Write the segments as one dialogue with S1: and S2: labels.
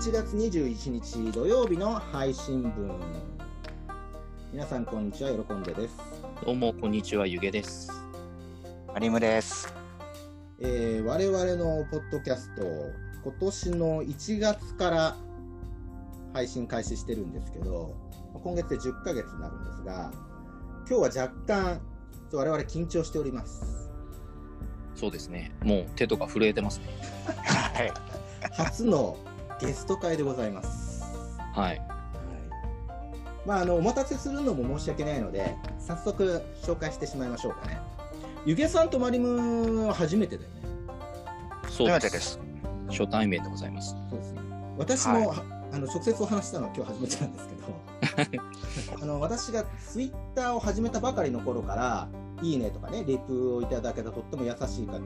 S1: 11月21日土曜日の配信分。皆さんこんにちは、喜んでです。
S2: どうもこんにちは、ゆげです。
S3: マリムです。
S1: 我々のポッドキャスト、今年の1月から配信開始してるんですけど、今月で10ヶ月になるんですが、今日は若干我々緊張しております。
S2: そうですね、もう手とか震えてますね。
S3: はい。
S1: 初のゲスト会でございます。
S2: はい。
S1: お待たせするのも申し訳ないので、早速紹介してしまいましょうかね。ゆげさんとマリムは初めてだよね。
S2: そう
S3: 初めてです。
S2: 初対面でございます。
S1: そうですね。私も、直接お話したのは今日初めてなんですけど、私がツイッターを始めたばかりの頃から、いいねとかね、リプをいただけたとっても優しい方です。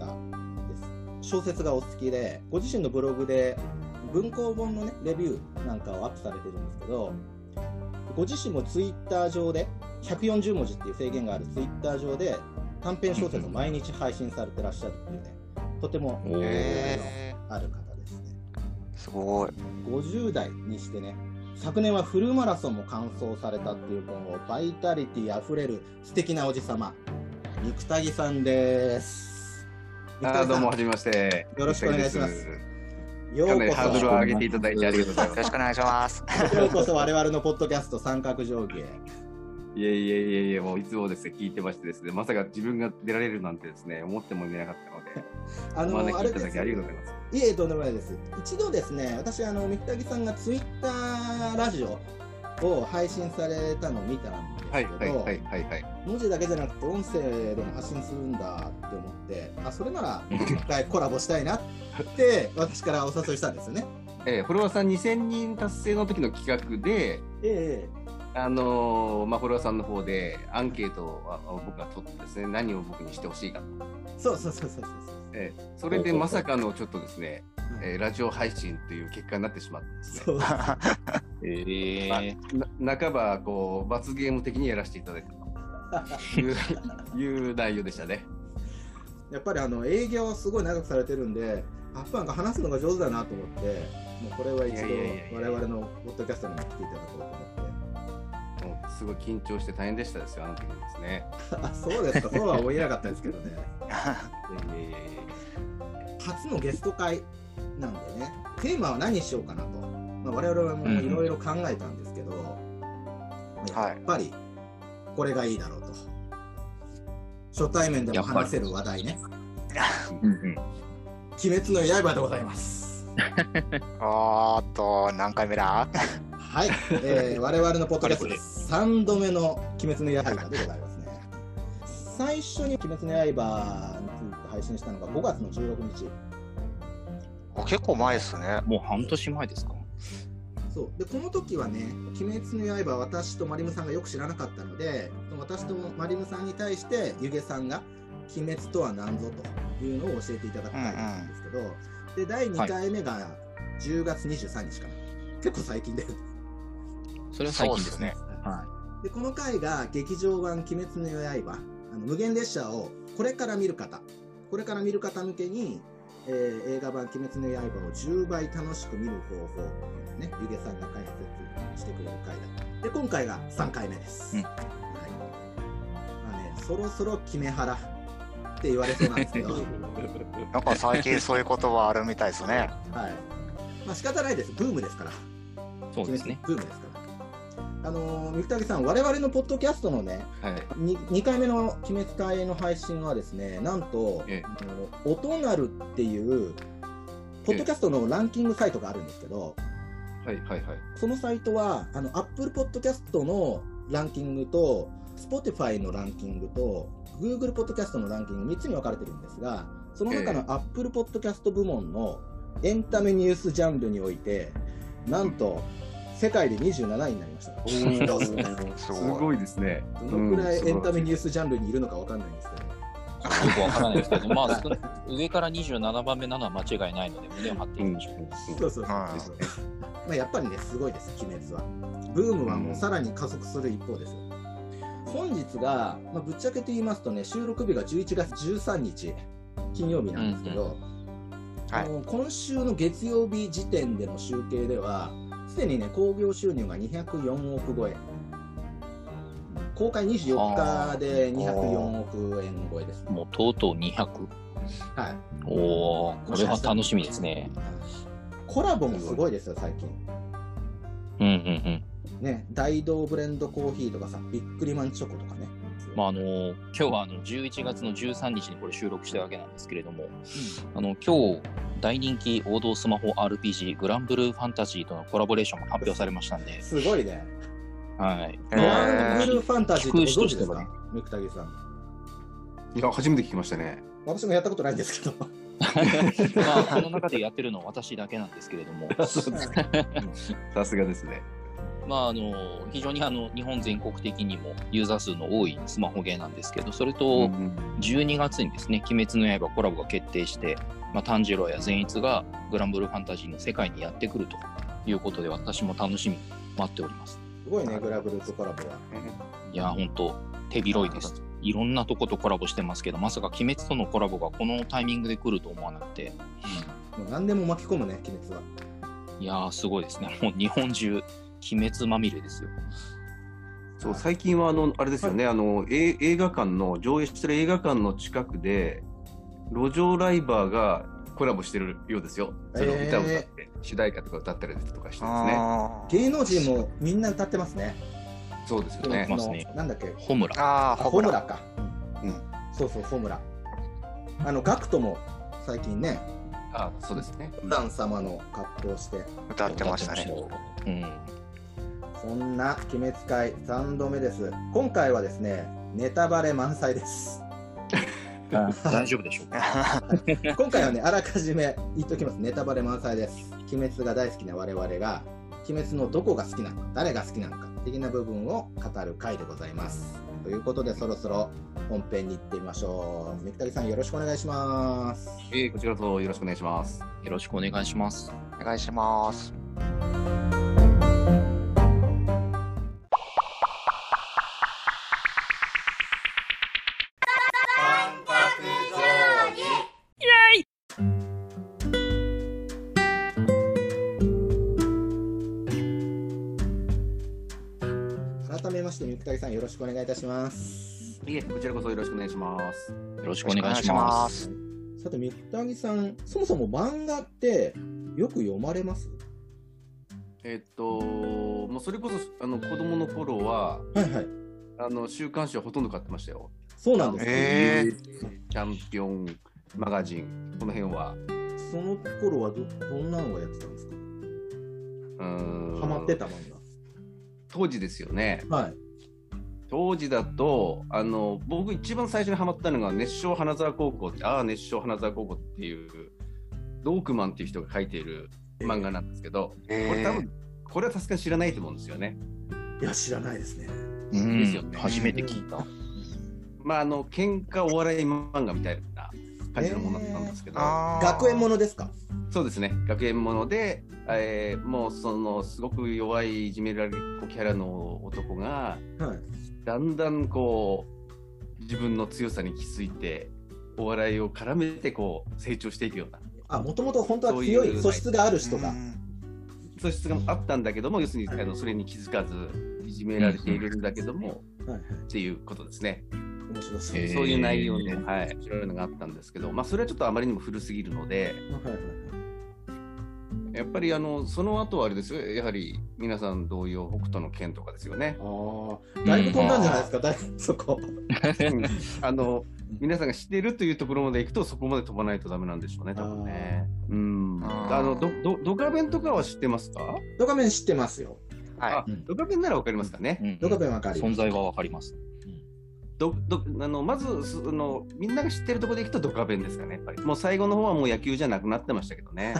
S1: 小説がお好きで、ご自身のブログで文庫本のね、レビューなんかをアップされてるんですけど、ご自身もツイッター上で、140文字っていう制限があるツイッター上で、短編小説を毎日配信されてらっしゃるっていうね、とてもある方ですね。
S3: すごい。
S1: 50代にしてね、昨年はフルマラソンも完走されたっていう、このバイタリティあふれる素敵なおじさま、肉田木さんです。
S4: どうもはじめまして。
S1: よろしくお願いします。よう
S4: か
S1: こそ
S4: なりハードルを上げていただいてありがとうございます。
S3: よろしくお願いします。
S1: ようこそ我々のポッドキャスト三角定規へ。
S4: いえ、もういつもですね、聞いてましてですね、まさか自分が出られるなんてですね、思ってもいなかったので、お招きいただきありがとうございます。
S1: いえ、とんでもないです。一度ですね、私、肉田木さんがツイッターラジオを配信されたのを見たんですけど、文字だけじゃなくて音声でも発信するんだって思って、それなら一回コラボしたいなって私からお誘いしたんですよね。
S4: フォロワーさん2000人達成の時の企画で、フォロワーさんの方でアンケートを僕が取ってですね、何を僕にしてほしいかと。そう。それでまさかのちょっとですね、ラジオ配信という結果になってしまってですね。半ばこう罰ゲーム的にやらせていただいたという内容でしたね。
S1: やっぱり営業すごい長くされてるんで、なんか話すのが上手だなと思って、もうこれは一度我々のポッドキャストにも来ていただこうと思って。
S4: もうすごい緊張して大変でしたですよ、あの時にですね。
S1: そうですか、そうは思えなかったですけどね。初のゲスト会なんでね、テーマは何にしようかなと、我々もいろいろ考えたんですけど、やっぱりこれがいいだろうと。初対面でも話せる話題ね。鬼滅の刃でございます。
S3: 何回目だ？
S1: はい、我々のポッドキャストです3度目の鬼滅の刃でございますね。最初に鬼滅の刃について配信したのが5月の16日。
S3: 結構前ですね。
S2: もう半年前ですか。
S1: そうで、この時はね、鬼滅の刃、私とマリムさんがよく知らなかったので、私とマリムさんに対してゆげさんが鬼滅とは何ぞというのを教えていただきたいんですけど、で第2回目が10月23日かな、結構最近で。
S2: それは最近ですね。
S1: でこの回が劇場版鬼滅の刃、無限列車をこれから見る方向けに、映画版鬼滅の刃を10倍楽しく見る方法っていうのをね、ゆげさんが解説してくれる回だ。で今回が3回目です。そろそろ決め腹って言われそうなんですけど
S3: なんか最近そういう言葉あるみたいですね。
S1: 仕方ないです。ブームですから。
S2: そうですね。
S1: ブームですから。肉田木さん、我々のポッドキャストのね、2回目の鬼滅会の配信はですね、なんと、音なるっていうポッドキャストのランキングサイトがあるんですけど、そのサイトはApple Podcast のランキングと Spotify のランキングと Google Podcast のランキング3つに分かれてるんですが、その中の Apple Podcast 部門のエンタメニュースジャンルにおいて、なんと世界で27位になりました。
S4: すごいですね。
S1: どのくらいエンタメニュースジャンルにいるのかわかんないんですけど、
S2: よくわからないですけど、上から27番目なのは間違いないので胸を張っていきましょう。
S1: そう。やっぱりね、すごいです、鬼滅は。ブームはもうさらに加速する一方ですよ。本日が、ぶっちゃけて言いますとね、収録日が11月13日金曜日なんですけど、 今週の月曜日時点での集計では、すでにね、興行収入が204億超え。公開24日で204億円超えです。
S2: もうとうとう200。
S1: はい。
S2: おー、これは楽しみですね。
S1: コラボもすごいですよ、最近。ね、大道ブレンドコーヒーとかさ、ビックリマンチョコとかね。
S2: 今日は11月の13日にこれ収録したわけなんですけれども、今日大人気王道スマホ RPG グランブルーファンタジーとのコラボレーションが発表されましたんで。
S1: すごいね。
S2: はい。
S1: グランブルーファンタジーってご存知ですか、三木さん。
S4: いや、初めて聞きましたね。
S1: 私もやったことないんですけど。
S2: この中でやってるのは私だけなんですけれども。
S4: さすがですね。
S2: 非常に日本全国的にもユーザー数の多いスマホゲーなんですけど、それと12月にですね、鬼滅の刃コラボが決定して、炭治郎や善逸がグランブルーファンタジーの世界にやってくるということで、私も楽しみに待っております。
S1: すごいね、グランブルーとコラボは。
S2: いや、本当手広いです。いろんなとことコラボしてますけど、まさか鬼滅とのコラボがこのタイミングで来ると思わなくて。
S1: もう何でも巻き込むね、鬼滅は。
S2: いやー、すごいですね。もう日本中、鬼滅まみれですよ。
S4: そう、最近はあれですよね、映画館の、上映してる映画館の近くで、路上ライバーがコラボしてるようですよ。その歌を歌って、主題歌とか歌ったりとかしてですね。
S1: 芸能人もみんな歌ってますね。
S4: そうですよね。
S1: なんだっけ、
S2: ホムラ。
S1: ホムラか。そうそう、ホムラ。ガクトも最近ね。
S4: そうですね。
S1: ダン様の格好をして
S3: 歌ってましたね。
S1: そんな鬼滅会3度目です。今回はですね、ネタバレ満載です。
S2: 大丈夫でしょうか。
S1: 今回はね、あらかじめ言っときます。ネタバレ満載です。鬼滅が大好きな我々が、鬼滅のどこが好きなのか、誰が好きなのか的な部分を語る回でございます。ということで、そろそろ本編に行ってみましょう。三木さん、よろしくお願いします。
S4: こちらこそよろしくお願いします。
S2: よろしくお願いします。
S3: お願いします。
S1: 改めまして、三木さん、よろしくお願いいたします。
S4: こちらこそよろしくお願いします。
S2: よろしくお願いします。
S1: さて、三木さん、そもそも漫画ってよく読まれます？
S4: もうそれこそ子供の頃は、週刊誌はほとんど買ってましたよ。
S1: そうなんです
S4: か。チャンピオンマガジン、この辺は。
S1: その頃はどんなのがやってたんですか？ハマってた漫画。
S4: 当時ですよね。
S1: はい。
S4: 当時だと僕一番最初にハマったのが熱唱花沢高校って熱唱花沢高校っていうドークマンっていう人が書いている漫画なんですけど、これは確かに知らないと思うんですよね。
S1: いや、知らないですね。
S2: ですよね。初めて聞いた。
S4: 喧嘩お笑い漫画みたいな感じのものだったんですけど、
S1: 学園ものですか？
S4: そうですね、学園もので、もうすごく弱いいじめられっ子キャラの男が、だんだん自分の強さに気づいてお笑いを絡めて成長していくような。
S1: もともと本当は強い素質がある人が。
S4: 素質があったんだけども、要するにそれに気づかずいじめられているんだけども、っていうことですね。
S1: 面白そう。
S4: そういう内容の、面白いのがあったんですけど、それはちょっとあまりにも古すぎるので、やっぱりその後はあれですよ、やはり皆さん同様、北斗の拳とかですよね。
S1: だいぶ飛んだんじゃないですか、だいぶそこ。
S4: 皆さんが知っているというところまで行くと、そこまで飛ばないとダメなんでしょうね、多分ね。ドカベンとかは知ってますか？
S1: ドカベン知ってますよ。
S4: ドカベンならわかりますかね。
S1: ドカベンわかります。
S2: 存在はわかります。
S4: まずみんなが知ってるところでいくとドカベンですかね、やっぱり。もう最後の方はもう野球じゃなくなってましたけどね。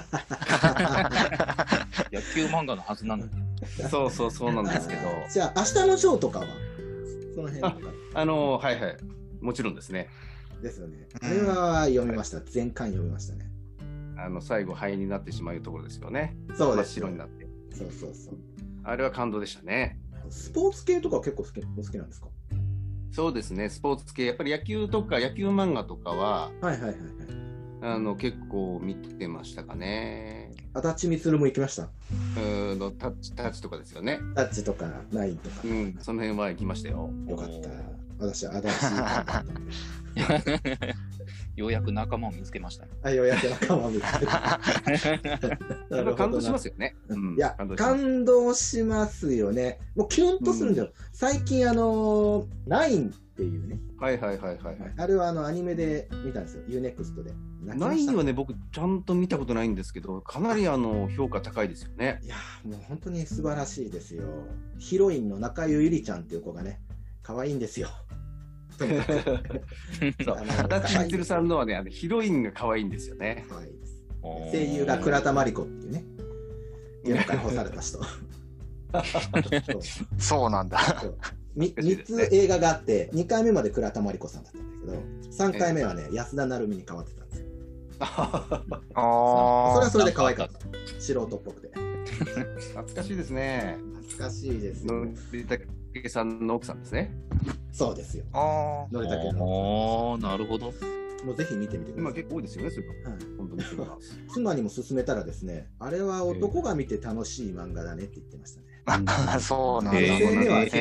S2: 野球漫画のはずなのに。
S4: そうなんですけど。
S1: じゃあ、明日のジョーとかはその辺とか。
S4: もちろんですね。
S1: ですよね。あれは読みました。全巻読みましたね。
S4: 最後灰になってしまうところですよね。
S1: そうです。
S4: 真っ白になって。
S1: そう。
S4: あれは感動でしたね。
S1: スポーツ系とか結構お好きなんですか？
S4: そうですね、スポーツ系、やっぱり野球とか野球漫画とかは、 結構見てましたかね。
S1: 足立みつるも行きました。
S4: タッチとかですよね。
S1: タッチとかナインとか。
S4: その辺は行きましたよ。
S1: よかった。私は足立
S2: ようやく仲間を見つけましたね。
S1: ようやく仲間を見つけた。
S4: 感動しますよね。
S1: いや、感動しますよね。もうキュンとするんだよ。最近ナインっていうね。
S4: はい。
S1: あれはアニメで見たんですよ。UNEXT で。
S4: ナインはね、僕ちゃんと見たことないんですけど、かなり評価高いですよね。
S1: いや、もう本当に素晴らしいですよ。ヒロインの中湯ゆりちゃんっていう子がね、可愛いんですよ。
S4: 足立みつるさんのはね、ヒロインが可愛いんですよね。
S1: 可愛いです。声優が倉田真理子っていうね、芸能界干された人。
S3: そうなんだ。
S1: 3つ映画があって、2回目まで倉田真理子さんだったんだけど、3回目はね、安田成美に変わってたんですよ。それはそれで可愛かった。素人っぽくて。
S4: 懐かしいですね。
S1: 懐かしいですよ。
S4: のりたけさんの奥さんですね。
S1: そうですよ。のりたけ
S2: の。なるほど。
S1: もうぜひ見てみてください。
S4: 今結構多いですよね、それは。本当に
S1: 妻にも勧めたらですね、あれは男が見て楽しい漫画だねって言ってましたね。
S3: そうなんだ。
S1: 女性では響か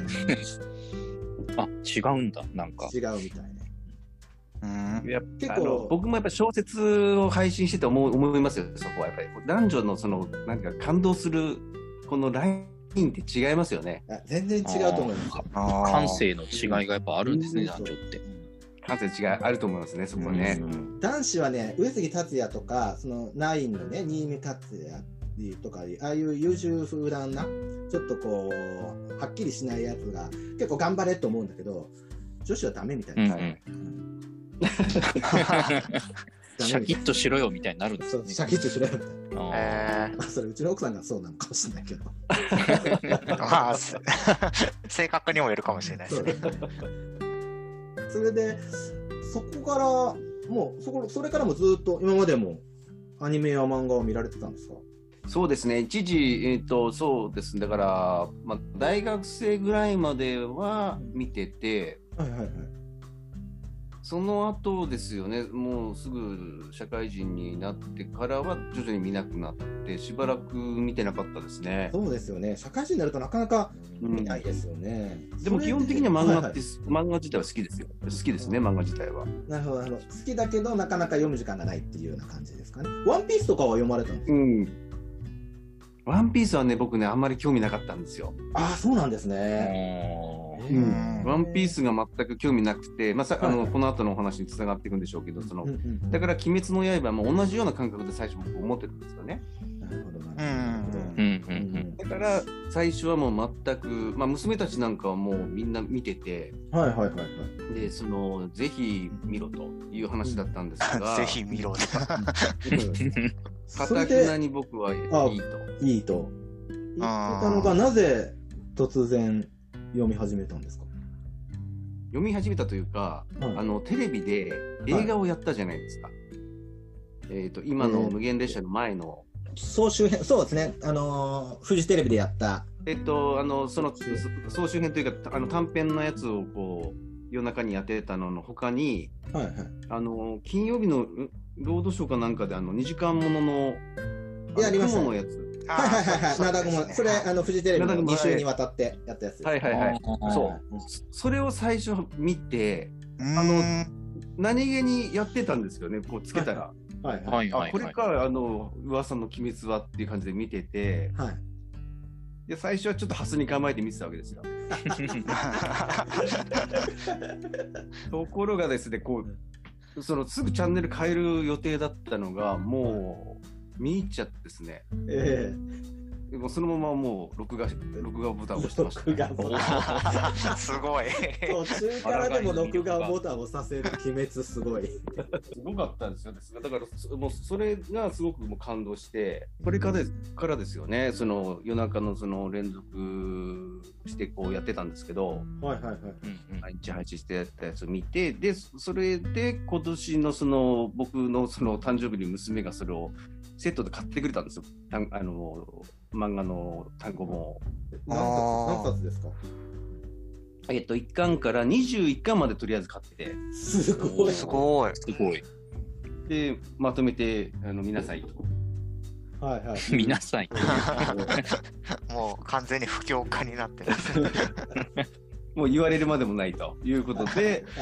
S1: ない。
S2: あ、違うんだ、なんか。
S1: 違うみたいね。
S4: 結構僕もやっぱり小説を配信してて思いますよ、そこはやっぱり男女のなんか感動するこのラインって違いますよね。
S1: 全然違うと思いますよ。
S2: 感性の違いがやっぱあるんですね、男女って。
S4: 感性違いあると思いますね、そこはね。
S1: 男子はね、上杉達也とかナインのね、新見達也とか、ああいう優柔不断なちょっとこうはっきりしないやつが結構頑張れと思うんだけど、女子はダメみたいな。
S2: シャキッとしろよみたいになるんですよね。
S1: シャキッとしろよみたいな。それうちの奥さんがそうなのかもしれないけど。
S3: 性格にもよるかもしれないですね。
S1: それでそこからもうそれからもずっと今までもアニメや漫画を見られてたんですか？
S4: そうですね、一時、そうですね、だから、大学生ぐらいまでは見てて、その後ですよね、もうすぐ社会人になってからは徐々に見なくなって、しばらく見てなかったですね。
S1: そうですよね、社会人になるとなかなか見ないですよね。
S4: でも基本的には漫画自体は好きですよ。好きですね、漫画自体は。
S1: なるほど、好きだけどなかなか読む時間がないっていうような感じですかね。ワンピースとかは読まれたんですか？
S4: ワンピースはね、僕ね、あんまり興味なかったんですよ。
S1: ああ、そうなんですね。
S4: ワンピースが全く興味なくて、この後のお話につながっていくんでしょうけど、だから「鬼滅の刃」も同じような感覚で最初僕思ってたんですよね。
S1: なるほど。
S4: だから最初はもう全く、娘たちなんかはもうみんな見てて、でぜひ見ろという話だったんですが、
S3: ぜひ見ろと。
S4: かたくなに僕はい
S1: いと言ってたのが、なぜ突然読み始めたんですか？
S4: 読み始めたというか、テレビで映画をやったじゃないですか。今の無限列車の前の
S1: 総集編、そうですね、フジテレビでやった
S4: その総集編というか短編のやつをこう夜中にやってたのの他に、金曜日のロードショーかなんかで2時間ものの雲のやつ。
S1: それフジテレビの2週にわたってやったやつです。
S4: それを最初見て、何気にやってたんですよね、こうつけたら。これか噂の鬼滅はっていう感じで見てて、で最初はちょっとハスに構えて見てたわけですよ。ところがですね、すぐチャンネル変える予定だったのが、もう見入っちゃってですね。もうそのままもう録画ボタンを押してました。
S3: すごい。
S1: 途中からでも録画ボタンを押させる鬼滅すごい。
S4: すごかったんですよ。だからもうそれがすごくもう感動して、これからですよね。夜中の連続してこうやってたんですけど、毎日配信してやったやつを見て、でそれで今年の僕の誕生日に娘がそれをセットで買ってくれたんですよ。漫画の単行本を。
S1: 何冊ですか
S4: ？1巻から21巻までとりあえず買って。
S1: すごい。
S4: でまとめて見なさいと。
S1: はいはい。
S2: 見なさい。
S3: もう完全に不況家になってる。
S4: もう言われるまでもないということで、はい、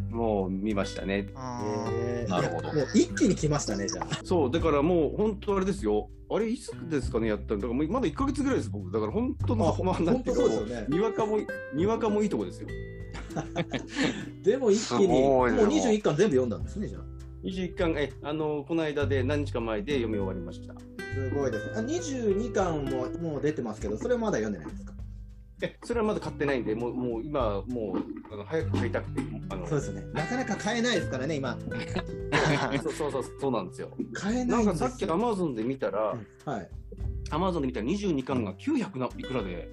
S4: もう見ましたね。
S2: なるほど。
S1: もう一気に来ましたね、じゃあ。
S4: そう、だからもう本当あれですよ。あれいつですかね、やったの。だからもうまだ1ヶ月ぐらいです、僕。だから本当の、
S1: 本当そうですよね。
S4: にわかもいいとこですよ。
S1: でも一気に、もう21巻全部読んだんですね、じゃあ。
S4: 21巻、この間で何日か前で読み終わりました。
S1: すごいです。22巻ももう出てますけど、それはまだ読んでないですか？
S4: それはまだ買ってないんで、もう今、早く買いたくて。
S1: そうですね。なかなか買えないですからね、今。
S4: そうなんですよ。
S1: 買えないんですよ。
S4: なんかさっき Amazon で見たら、
S1: はい。
S4: Amazon で見たら22巻が900いくらで。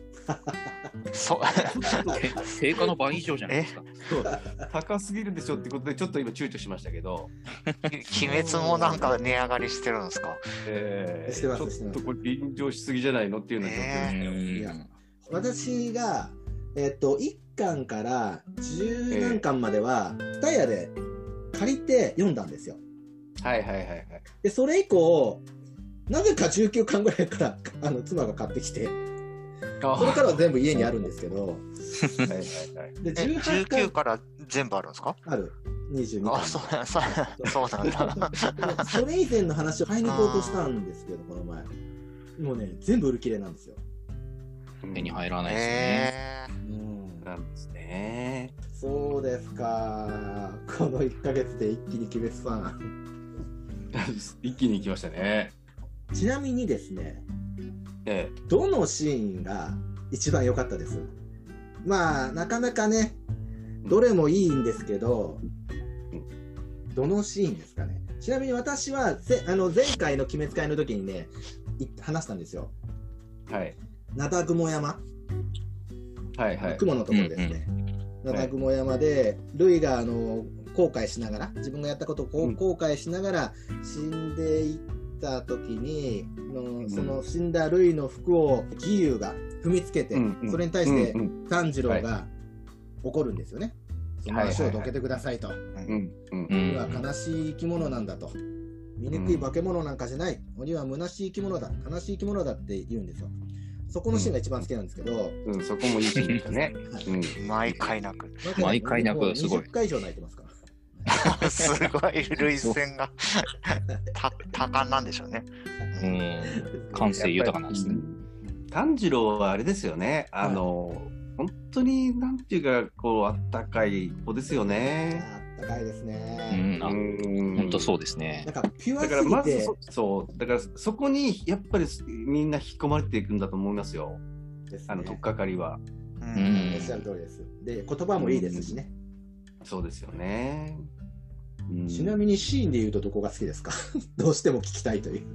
S2: 定価の倍以上じゃないですか。
S4: 高すぎるでしょってことで、ちょっと今躊躇しましたけど。
S3: 鬼滅もなんか値上がりしてるんですか？
S1: してます。
S4: ちょっとこれ便乗しすぎじゃないのっていうのは
S1: 私が、1巻から10何巻までは、TSUTAYAで借りて読んだんですよ。
S4: はい。
S1: で、それ以降、なぜか19巻ぐらいから妻が買ってきて、それからは全部家にあるんですけど、
S3: で19から全部あるんですか？
S1: ある。22巻。
S3: そうなんだ。
S1: それ以前の話を買いに行こうとしたんですけど、この前。もうね、全部売り切れなんですよ。
S2: 手に入らないですね。
S4: なんですね。
S1: そうですか。この1ヶ月で一気に鬼滅ファン。
S4: 一気に行きましたね。
S1: ちなみにですね、どのシーンが一番良かったです？まあ、なかなかね、どれもいいんですけど、どのシーンですかね。ちなみに私は前回の鬼滅会の時にね、話したんですよ。
S4: はい。
S1: 灘雲山、雲のところですね。灘雲山でルイが後悔しながら、自分がやったことを後悔しながら死んでいった時に、その死んだルイの服を義勇が踏みつけて、それに対して炭治郎が怒るんですよね。その足をどけてくださいと。鬼は悲しい生き物なんだと。醜い化け物なんかじゃない。鬼は虚しい生き物だ。悲しい生き物だって言うんですよ。そこのシーンが一番好きなんですけど、
S4: そこもいいシーンですね。
S3: 毎回泣く。
S2: すごい。
S1: 20回以上泣いてますか
S3: ら。すごい、涙腺が多感なんでしょうね。
S2: 感性豊かなんですね。
S4: 炭治郎はあれですよね。本当になんていうかあったかい子ですよね。
S1: あったかいですね。
S2: 本当そうですね。
S1: なんかピュアすぎて。
S4: だからまずだからそこにやっぱりみんな引き込まれていくんだと思いますよ。取っかかりは。
S1: おっしゃる通りです。で、言葉もいいですしね。
S4: そうですよね。
S1: ちなみにシーンで言うとどこが好きですか？どうしても聞きたいという。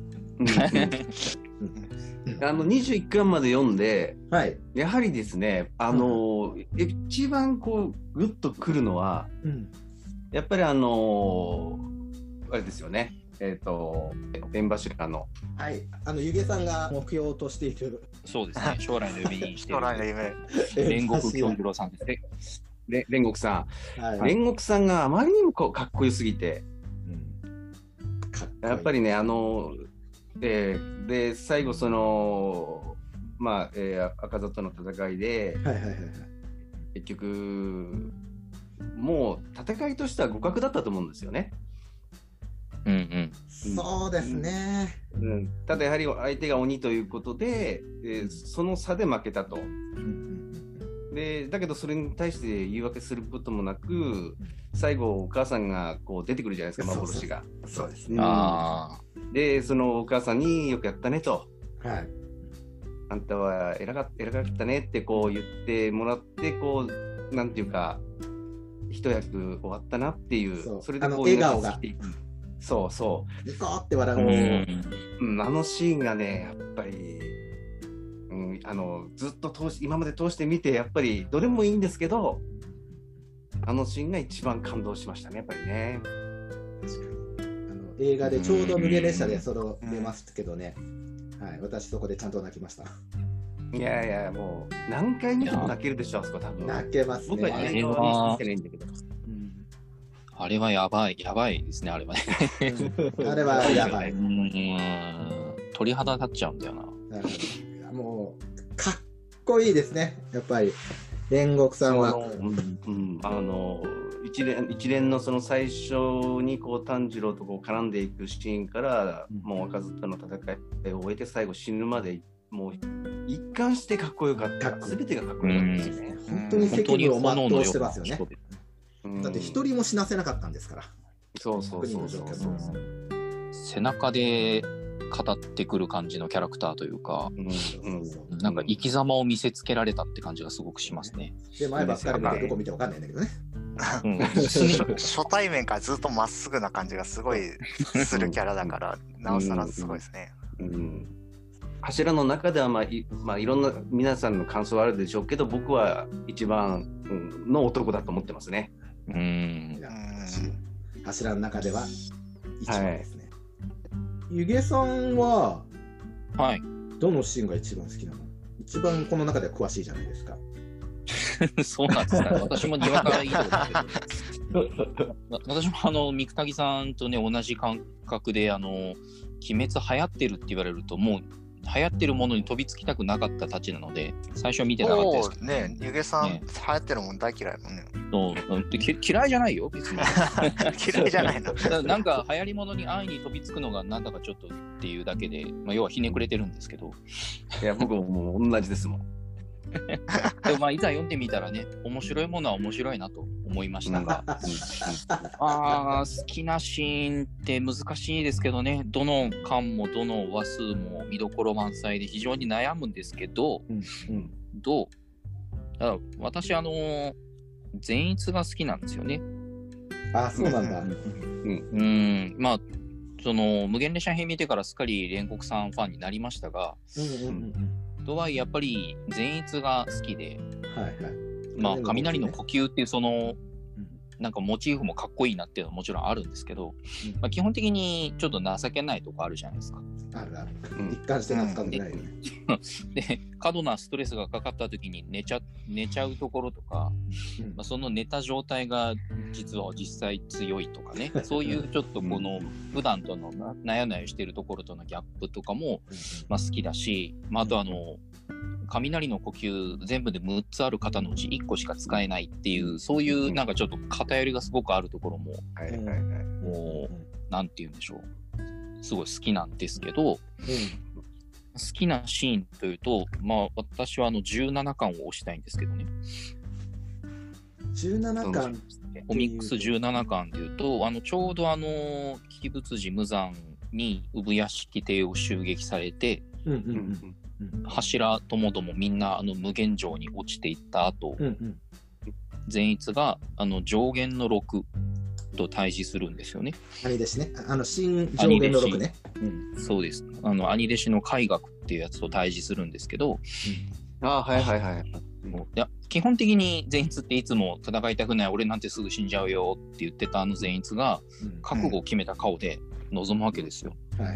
S4: 21巻まで読んで、やはりですね、一番グッとくるのは、やっぱりあれですよね、弁柱の。
S1: はい、湯気さんが目標としている。
S2: そうですね、将来の夢にしている。
S3: 将来の夢。
S2: 煉獄京次郎さんですね。
S4: 煉獄さん。煉獄さんがあまりにもかっこよすぎて、やっぱりね、で最後赤座との戦いで、結局もう戦いとしては互角だったと思うんですよね。
S1: そうですね。
S4: ただやはり相手が鬼ということで、その差で負けたと。だけどそれに対して言い訳することもなく、最後お母さんが出てくるじゃないですか、幻が。
S1: そうですね。
S4: でそのお母さんによくやったねと、あんたは偉かったねって言ってもらって、なんていうか一役終わったなっていう、それで
S1: 笑顔が
S4: ニコ
S1: ーって笑
S4: う、あのシーンがね、やっぱり、ずっと今まで通して見て、やっぱりどれもいいんですけど、あのシーンが一番感動しましたね、やっぱりね。
S1: 確かに映画でちょうど無限列車でそれを出ますけどね、私そこでちゃんと泣きました。
S4: いやいや、もう何回見ても泣けるでしょ、あそこ多分。
S1: 泣けますね。
S4: 僕は映画は見てないんだけど。
S2: あれはやばいですね、あれはね。
S1: あれはやばい。
S2: 鳥肌立っちゃうんだよな。
S1: もう、かっこいいですね、やっぱり。煉獄さんは。
S4: 一連のその最初にこう炭治郎とこう絡んでいくシーンから、もう赤ずっとの戦いを終えて最後死ぬまで、もう一貫してかっこよかった。すべてがかっこよかったですね。
S1: 本当に責務を全うしてますよね。だって一人も死なせなかったんですから。
S4: そう。
S2: 背中で語ってくる感じのキャラクターというか、なんか生き様を見せつけられたって感じがすごくしますね。
S1: で、前ばっかり見てどこ見てわかんないんだけどね。
S3: 初対面からずっとまっすぐな感じがすごいするキャラだから、なおさらすごいですね。
S4: 柱の中では、いろんな皆さんの感想はあるでしょうけど、僕は一番の男だと思ってますね。
S1: 柱の中では一番ですね。ゆげさんは、どのシーンが一番好きなの？一番この中では詳しいじゃないですか。
S2: そうなんですか。私もにわかいいとこだけど。私も三木さんとね、同じ感覚で、鬼滅流行ってるって言われると、もう流行ってるものに飛びつきたくなかったたちなので、最初は見てなかったですけど
S3: ね。ゆげさん、流行ってるもん大嫌いもんね。
S2: 嫌いじゃないよ、別に。
S3: 嫌いじゃないの。
S2: なんか流行り物に安易に飛びつくのがなんだかちょっとっていうだけで、要はひねくれてるんですけど。
S4: いや、僕ももう同じですもん。
S2: でもいざ読んでみたらね、面白いものは面白いなと思いましたが、好きなシーンって難しいですけどね、どの巻もどの話数も見どころ満載で非常に悩むんですけど、私善逸が好きなんですよね。
S1: そうなんだ。
S2: その無限列車編見てからすっかり煉獄さんファンになりましたが、とはいえやっぱり善逸が好きで、雷の呼吸っていうそのなんかモチーフもかっこいいなっていうのはもちろんあるんですけど、基本的にちょっと情けないとこあるじゃないですか。
S1: ある。一貫して懐かんでないよね。
S2: で、過度なストレスがかかった時に寝ちゃうところとか、その寝た状態が実際強いとかね、そういうちょっとこの普段とのなやなやしてるところとのギャップとかも好きだし、あと雷の呼吸全部で6つある型のうち1個しか使えないっていう、そういうなんかちょっと偏りがすごくあるところも、もうなんて言うんでしょう、すごい好きなんですけど、好きなシーンというと、私は17巻を推したいんですけどね。
S1: 17巻
S2: コミックス17巻でいうと、ちょうど鬼仏寺無惨に産屋敷邸を襲撃されて、柱ともどもみんな無限城に落ちていった後、善逸が上限の6と対峙するんですよね。
S1: 兄弟子ね。新上限の6ね。
S2: そうです。兄弟子の海学っていうやつと対峙するんですけど、いや基本的に善逸っていつも戦いたくない、俺なんてすぐ死んじゃうよって言ってた善逸が覚悟を決めた顔で臨むわけですよ。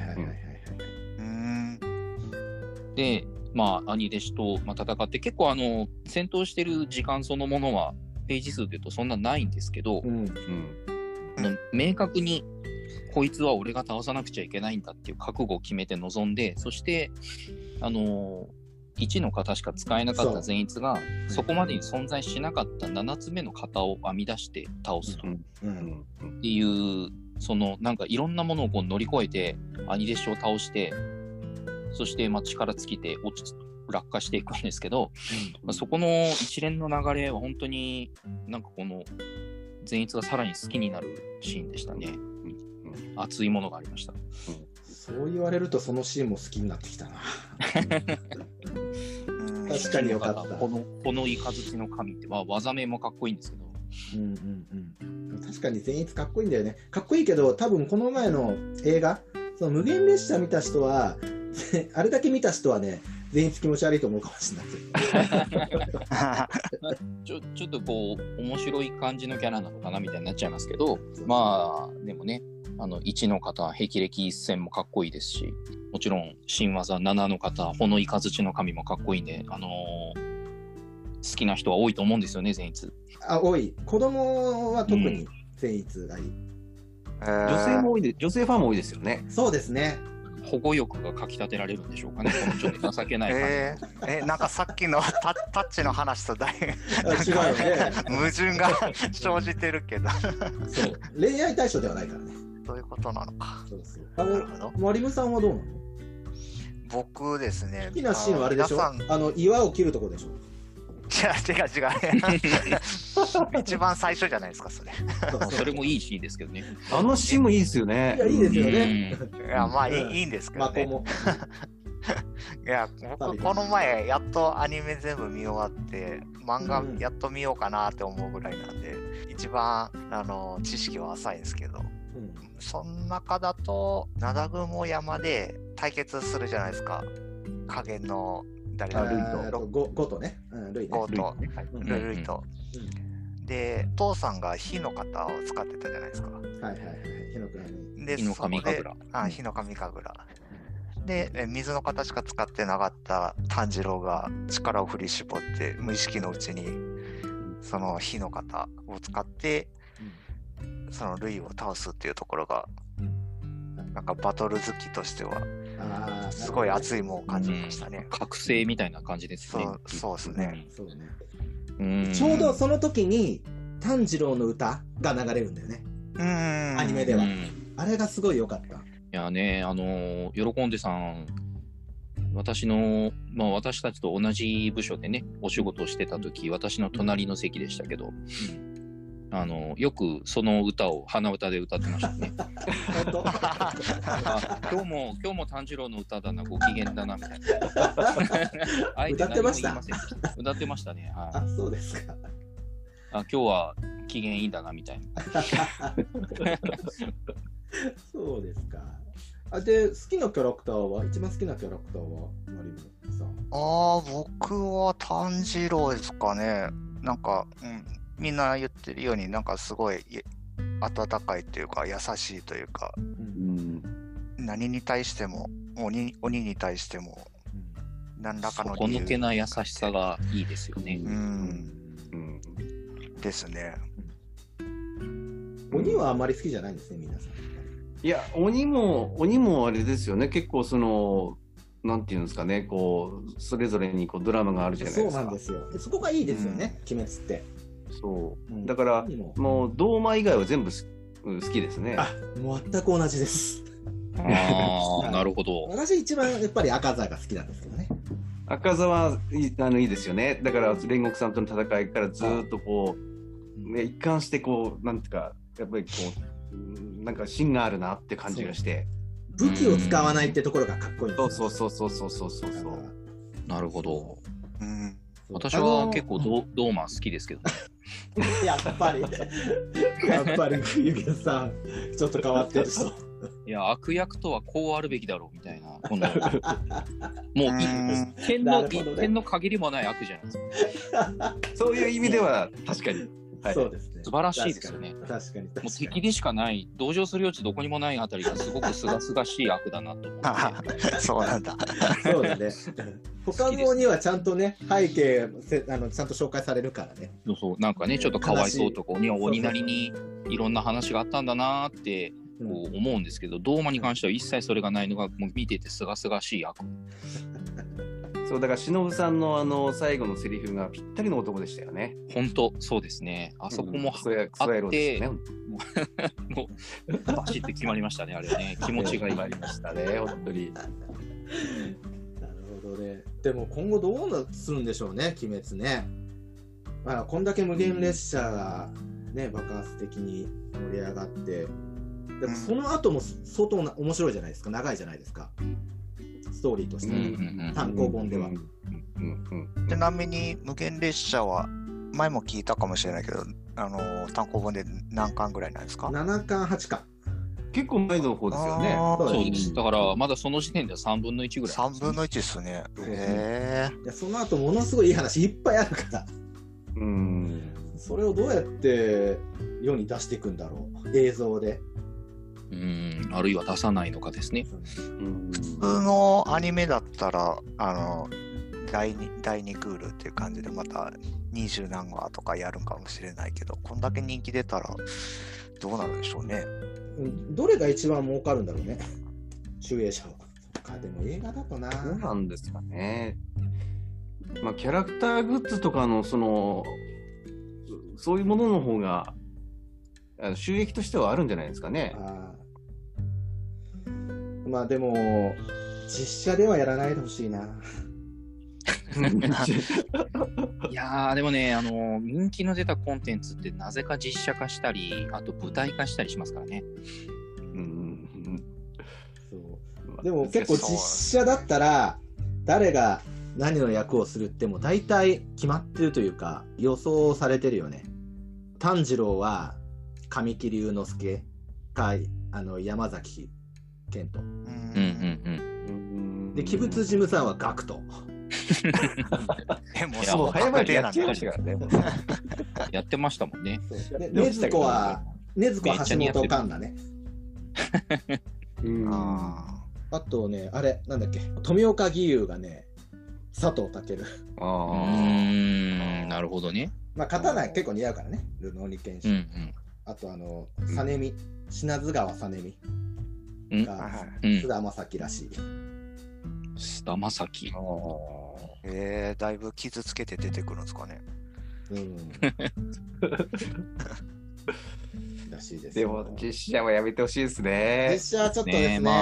S2: で、兄弟子と戦って、結構戦闘してる時間そのものはページ数でいうとそんなないんですけど、明確にこいつは俺が倒さなくちゃいけないんだっていう覚悟を決めて臨んで、そして1の型しか使えなかった善逸が そこまでに存在しなかった7つ目の型を編み出して倒すと、っていう、そのなんかいろんなものをこう乗り越えて兄弟子を倒して、そして力尽きて落下していくんですけど、そこの一連の流れは本当になんかこの善逸がさらに好きになるシーンでしたね。熱いものがありました。
S1: そう言われるとそのシーンも好きになってきたな。確かによかった。
S2: このイカズチの神って技名もかっこいいんですけど、
S1: 確かに善逸かっこいいんだよね。かっこいいけど、多分この前の映画、その無限列車見た人はあれだけ見た人はね、善逸気持ち悪いと思うかもしれない
S2: ちょっとこう面白い感じのキャラなのかなみたいになっちゃいますけど、でもね、1の方霹靂一閃もかっこいいですし、もちろん新技7の方炎イカズチの神もかっこいいんで、好きな人は多いと思うんですよね、善逸。
S1: 多い。子供は特に善逸がいい。
S4: 女性も多いで、女性ファンも多いですよね。
S1: そうですね。
S2: 保護欲がかきたてられるんでしょうかね、このちょっと情けない感
S3: じ。なんかさっきのタッチの話とだいぶ
S1: 違うよね。
S3: 矛盾が生じてるけど。
S1: そう。恋愛対象ではないからね。
S3: そういうことなのか。
S1: そうですよ。マリムさんはどうなの？
S3: 僕ですね。
S1: 好きなシーンはあれでしょ？岩を切るとこでしょ？
S3: 違う。一番最初じゃないですか、それ。
S2: それもいいシーンですけどね。
S4: あのシーンもいいですよね。
S1: いや、いいですよね。
S3: いや、まあいいんですけどね。いや、僕この前やっとアニメ全部見終わって漫画やっと見ようかなって思うぐらいなんで、一番知識は浅いんですけど、その中だと灘雲山で対決するじゃないですか。影の誰だ
S1: ゴとね。ルイと。
S3: ルイと。で、父さんが火の型を使ってたじゃないですか。
S2: 火の神神楽。
S3: 火の神神楽。で、水の型しか使ってなかった炭治郎が力を振り絞って無意識のうちにその火の型を使ってそのルイを倒すっていうところがなんかバトル好きとしてはすごい熱いものを感じましたね。
S2: 覚醒みたいな感じですね。
S3: そうですね。
S1: ちょうどその時に炭治郎の歌が流れるんだよね。アニメでは。あれがすごい良かった。
S2: いやね、喜んでさん、私たちと同じ部署でね、お仕事をしてた時、私の隣の席でしたけど、よくその歌を鼻歌で歌ってましたね。今日も炭治郎の歌だな、ご機嫌だなみたいな。
S1: 歌ってました。
S2: 歌ってましたね。はい、
S1: あ、そうですか。
S2: 今日は機嫌いいんだなみたいな。
S1: そうですか。で、好きなキャラクターは、一番好きなキャラクターはマリムさん。
S3: 僕は炭治郎ですかね。なんか、みんな言ってるようになんかすごい温かいというか優しいというか、何に対しても鬼に対しても何らかの
S2: 理由、底抜けな優しさがいいですよね。
S3: ですね。
S1: 鬼はあまり好きじゃないんですね、皆さん。
S4: いや、鬼もあれですよね。結構なんていうんですかね、それぞれにドラマがあるじゃないですか。
S1: そうなんですよ。そこがいいですよね、鬼滅って。
S4: そう。だから、もう、ドーマ以外は全部好きですね。
S1: もう全く同じです。
S2: なるほど。
S1: 私一番やっぱり赤座が好きなんですけどね。
S4: 赤座はいいですよね。だから煉獄さんとの戦いからずっと一貫してなんていうか、やっぱりなんか芯があるなって感じがして。
S1: 武器を使わないってところがかっこいいん
S4: ですよ。そう。
S2: なるほど。私は結構ドーマ好きですけどね。
S1: やっぱりゆげさんちょっと変わってる人。
S2: いや、悪役とはこうあるべきだろうみたいな、このもう点の限りもない悪じゃないですか。
S4: そういう意味では確かに、
S1: そうですね。
S2: 素晴らしいですよね。
S1: 確かに。
S2: もう敵でしかない、同情する余地どこにもないあたりがすごくすがすがしい悪だなと思って。
S3: そうなんだ。
S1: そうだね。他のにはちゃんとね、背景ちゃんと紹介されるからね。
S2: そうなんかね、ちょっとかわいそうと鬼なりにいろんな話があったんだなって思うんですけど、ドーマに関しては一切それがないのがもう見ててすがすがしい悪。
S4: そうだから忍さんの最後のセリフがぴったりの男でしたよね。
S2: 本当そうですね。あそこもあって、もうバシッて決まりましたね、あれね。気持ちがいい。
S4: 決まりましたね、本当に。
S1: なるほどね。でも今後どうするんでしょうね、鬼滅ね。こんだけ無限列車がね、爆発的に盛り上がって、でもその後も相当面白いじゃないですか、長いじゃないですか。ストーリーとして単行本では。
S3: ちなみに無限列車は前も聞いたかもしれないけど、単行本で何巻ぐらいなんですか
S1: ？7巻8巻。
S4: 結構前の方ですよね。
S2: そうです。だからまだその時点では3分の1ぐらい。
S3: 3分の1ですね。
S1: その後ものすごいいい話いっぱいあるから。それをどうやって世に出していくんだろう、映像で。
S2: あるいは出さないのかですね。
S3: 普通のアニメだったら第2クールっていう感じでまた 20何話とかやるんかもしれないけど、こんだけ人気出たらどうなるでしょうね。
S1: どれが一番儲かるんだろうね、集英社は。でも映画だとな。
S4: そうなんですかね。まあキャラクターグッズとかのそういうものの方が収益としてはあるんじゃないですかね。
S1: まあでも実写ではやらないでほしいな。
S2: いやーでもね、人気の出たコンテンツってなぜか実写化したり、あと舞台化したりしますからね。
S1: でも結構実写だったら誰が何の役をするっても大体決まってるというか予想されてるよね。炭治郎は神木隆之介か山崎賢人。で鬼物事務さんはガクト。
S3: でもそう早まりやっちゃいましたからね。
S2: やってましたもんね。
S1: 禰豆子は橋本環奈ね。あとね、あれなんだっけ、富岡義勇がね、佐藤健。
S2: なるほどね。
S1: まあ刀結構似合うからね、ルノーニケンシン。あと実美、品津川実美が菅田将暉らしい。
S2: 菅田将暉。
S3: だいぶ傷つけて出てくるんですかね。
S1: らしいです。
S4: でも実写はやめてほしいですね。
S1: 実写はちょっとですね。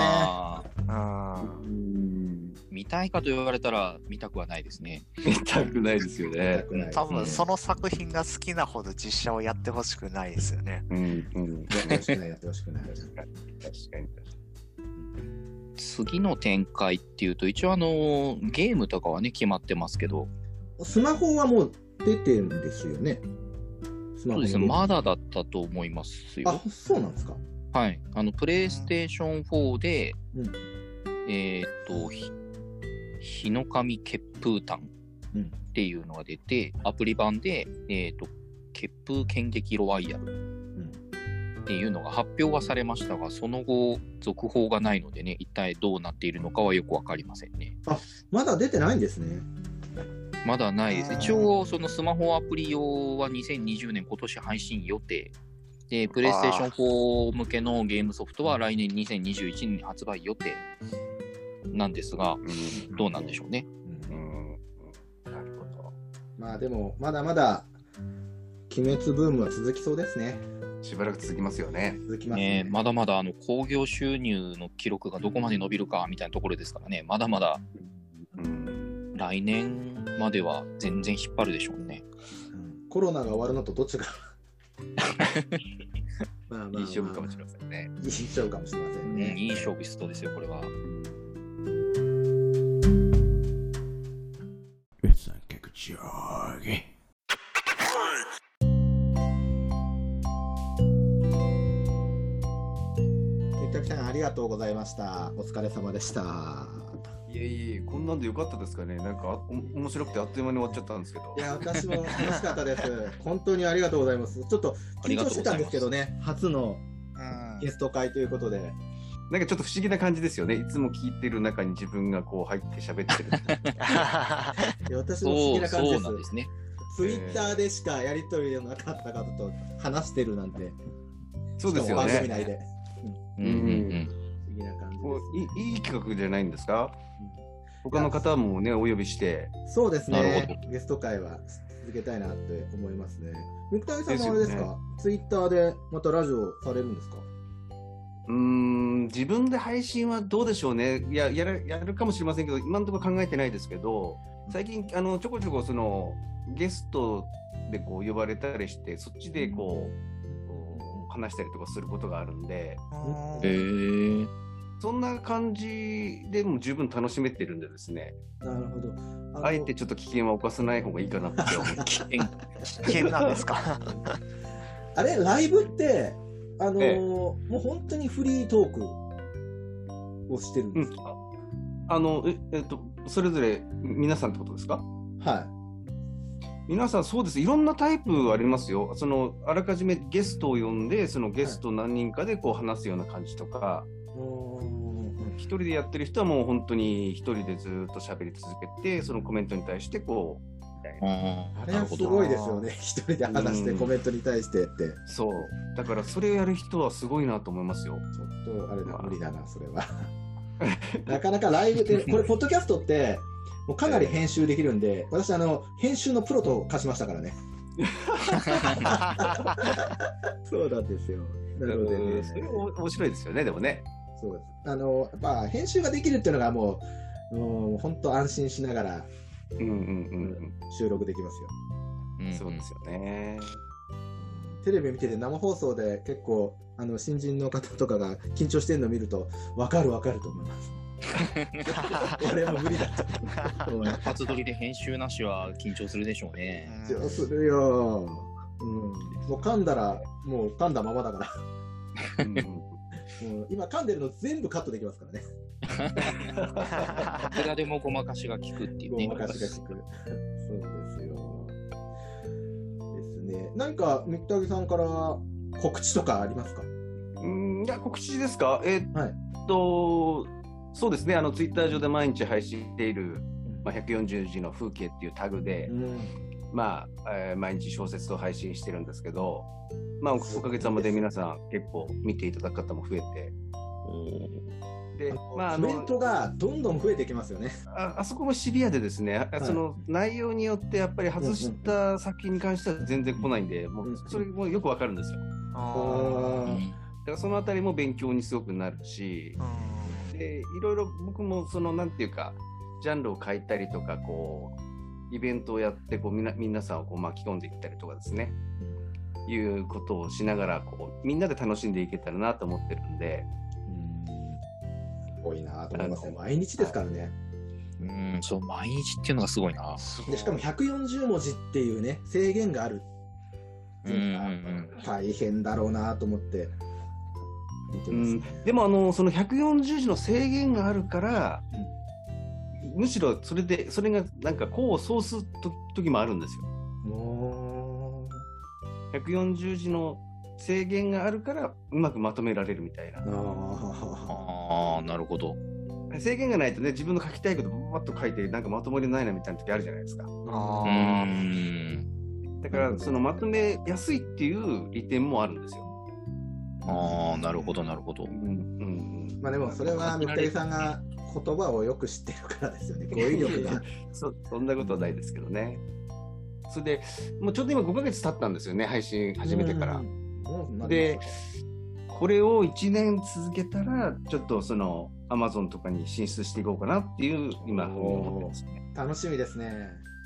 S2: 見たいかと言われたら見たくはないですね。
S4: 見たくないですよね。
S3: 多分その作品が好きなほど実写をやってほしくないですよね。
S1: やってほしくない、やってほしくない。確かに。
S2: 次の展開っていうと一応ゲームとかはね決まってますけど、
S1: スマホはもう出てるんですよね。
S2: そうですね、まだだったと思いますよ。
S1: あ、そうなんですか。
S2: はい、プレイステーション4で、日の神血風譚っていうのが出て、アプリ版で、血風剣撃ロワイヤルっていうのが発表はされましたが、その後続報がないのでね、一体どうなっているのかはよくわかりませんね。
S1: あ、まだ出てないんですね。
S2: まだないです。一応そのスマホアプリ用は2020年今年配信予定で、プレイステーション4向けのゲームソフトは来年2021年に発売予定なんですが、どうなんでしょうね。
S4: なるほど。
S1: まあでもまだまだ鬼滅ブームは続きそうですね。
S4: しばらく続きますよね。
S1: 続きますね。
S2: まだまだ興行収入の記録がどこまで伸びるかみたいなところですからね。まだまだ、来年までは全然引っ張るでしょうね。
S1: コロナが終わるのとどっちが
S4: いい勝負かもしれませんね。
S1: いい勝負かもしれませんね。
S2: いい勝負しそうですよこれは。
S1: ありがとうございました。お疲れ様でした。
S4: いえいえ、こんなんでよかったですかね。なんか面白くてあっという間に終わっちゃったんですけど。
S1: いや、私も楽しかったです。本当にありがとうございます。ちょっと緊張してたんですけどね、初のゲスト会ということで。
S4: なんかちょっと不思議な感じですよね。いつも聞いてる中に自分がこう入って喋ってる。
S1: 私も不思議な感じです。
S2: そうなんですね。
S1: ツイッターでしかやり取りでなかった方と話してるなんて。
S4: そうですよね。
S1: 番組内で。不思議な感じです。
S4: いい企画じゃないんですか？他の方もねお呼びして。
S1: そうですね。ゲスト会は続けたいなって思いますね。三谷さんもあれですか？ツイッターでまたラジオされるんですか？
S4: 自分で配信はどうでしょうね。やるかもしれませんけど、今のところ考えてないですけど、最近ちょこちょこそのゲストでこう呼ばれたりして、そっちでこう話したりとかすることがあるんで。そんな感じでも十分楽しめてるんでですね。
S1: なるほど。
S4: あえてちょっと危険は犯さない方がいいかなって思う。
S3: 危険なんですか？
S1: あれライブってもう本当にフリートークをしてるんですか？
S4: それぞれ皆さんってことですか？
S1: はい。
S4: 皆さんそうです。いろんなタイプありますよ。あらかじめゲストを呼んで、そのゲスト何人かでこう話すような感じとか。一人でやってる人はもう本当に一人でずっと喋り続けて、そのコメントに対してこみたいな。
S1: あれはすごいですよね。一人で話してコメントに対してって。
S4: そう。だからそれをやる人はすごいなと思いますよ。
S1: ちょっとあれだ、無理だな、それは。なかなかライブで、これ、ポッドキャストって、もうかなり編集できるんで、私、編集のプロと貸しましたからね。そうなんですよ。なのでね。
S4: それ面白いですよね、でもね。
S1: そうです。やっぱ編集ができるっていうのがもう本当安心しながら収録できます
S4: よ。そうですよね。
S1: テレビ見てて生放送で結構新人の方とかが緊張してるのを見ると分かると思います。俺は無理だ
S2: と。初撮りで編集なしは緊張するでしょうね。
S1: 緊張するよ。もう噛んだらもう噛んだままだから。今噛んでるの全部カットできますからね。
S2: いくらでもごまかしが効くっていうね。
S1: ごまかしが効く。そうですよ。ですね。何か三木さんから告知とかありますか？
S4: いや、告知ですか？そうですね。ツイッター上で毎日配信している、140字の風景っていうタグで、毎日小説を配信してるんですけど、おかげさまで皆さん結構見ていただく方も増えて、
S1: で、コメントがどんどん増えてきますよね。
S4: あそこもシビアでですね、その内容によってやっぱり外した作品に関しては全然来ないんで、もうそれもよくわかるんですよ。だからそのあたりも勉強にすごくなるし、でいろいろ僕もなんていうかジャンルを変えたりとかイベントをやって皆さんを巻き込んでいったりとかですね、いうことをしながらみんなで楽しんでいけたらなと思ってるんで、
S1: すごいなと思いますね。毎日ですからね。
S2: そう、毎日っていうのがすごいな。
S1: でしかも140文字っていうね制限がある。大変だろうなと思って見てますね。
S4: でもその140字の制限があるから、むしろそれがなんか功を奏す時もあるんですよ。140字の制限があるからうまくまとめられるみたいな。
S2: なるほど。
S4: 制限がないとね、自分の書きたいことバッと書いてなんかまとまりないなみたいな時あるじゃないですか。だからそのまとめやすいっていう利点もあるんですよ。
S2: なるほどなるほど。
S1: でもそれは三木さんが言葉をよく知ってるからですよね。語彙力が。
S4: そんなことはないですけどね。それでもうちょうど今5ヶ月経ったんですよね、配信始めてから。でこれを1年続けたらちょっとAmazon とかに進出していこうかなっていう今思ってますね。
S1: 楽しみですね。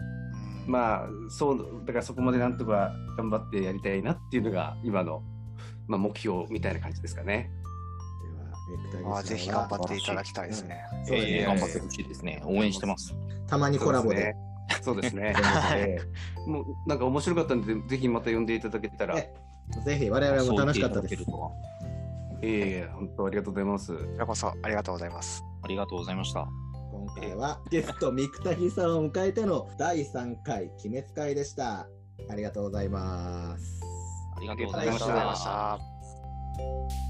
S4: そうだからそこまでなんとか頑張ってやりたいなっていうのが今の、目標みたいな感じですかね。
S3: ではぜひ頑張っていただきたいですね。
S2: 頑張ってほしいですね。応援してます。
S1: たまにコラボで。
S4: そうですね。もうなんか面白かったんでぜひまた呼んでいただけたら。
S1: ぜひ我々も楽しかったです。
S4: 本当ありがとうございます。
S3: こちらこそありがとうございます。
S2: ありがとうございました。
S1: 今回はゲスト三木さんを迎えての第3回鬼滅会でした。ありがとうございます。
S2: ありがとうございました。